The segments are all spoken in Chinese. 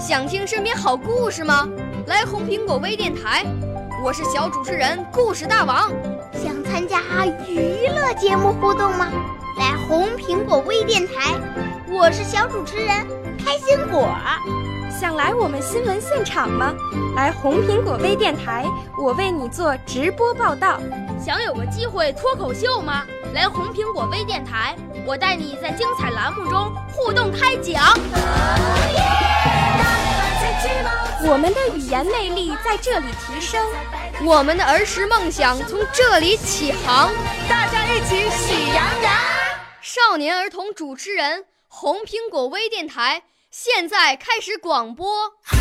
想听身边好故事吗？来红苹果微电台，我是小主持人故事大王。 想参加娱乐节目互动吗？来红苹果微电台，我是小主持人开心果。 想来我们新闻现场吗？来红苹果微电台，我为你做直播报道。 想有个机会脱口秀吗？来红苹果微电台，我带你在精彩栏目中互动开讲。 我们的语言魅力在这里提升， 我们的儿时梦想从这里起航， 大家一起喜羊羊。 少年儿童主持人，红苹果微电台现在开始广播。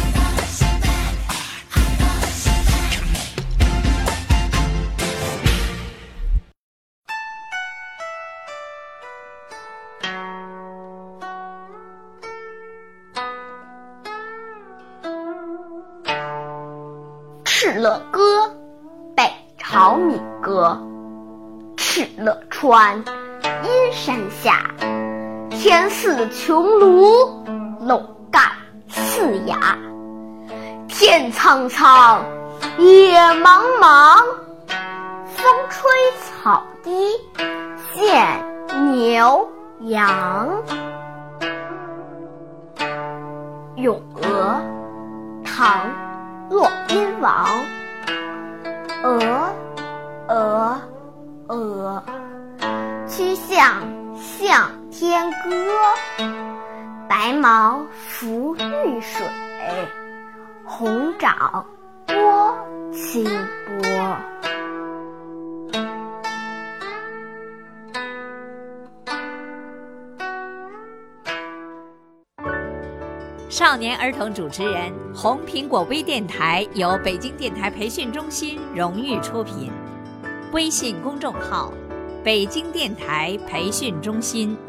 敕勒歌，北朝民歌。敕勒川，阴山下，天似穹庐，楼盖四崖。天苍苍，野茫茫，风吹草低见牛羊。咏鹅，唐·骆宾王。鹅，曲项向天歌。白毛浮绿水，红掌拨清波。 少年儿童主持人，红苹果微电台由北京电台培训中心荣誉出品，微信公众号：北京电台培训中心。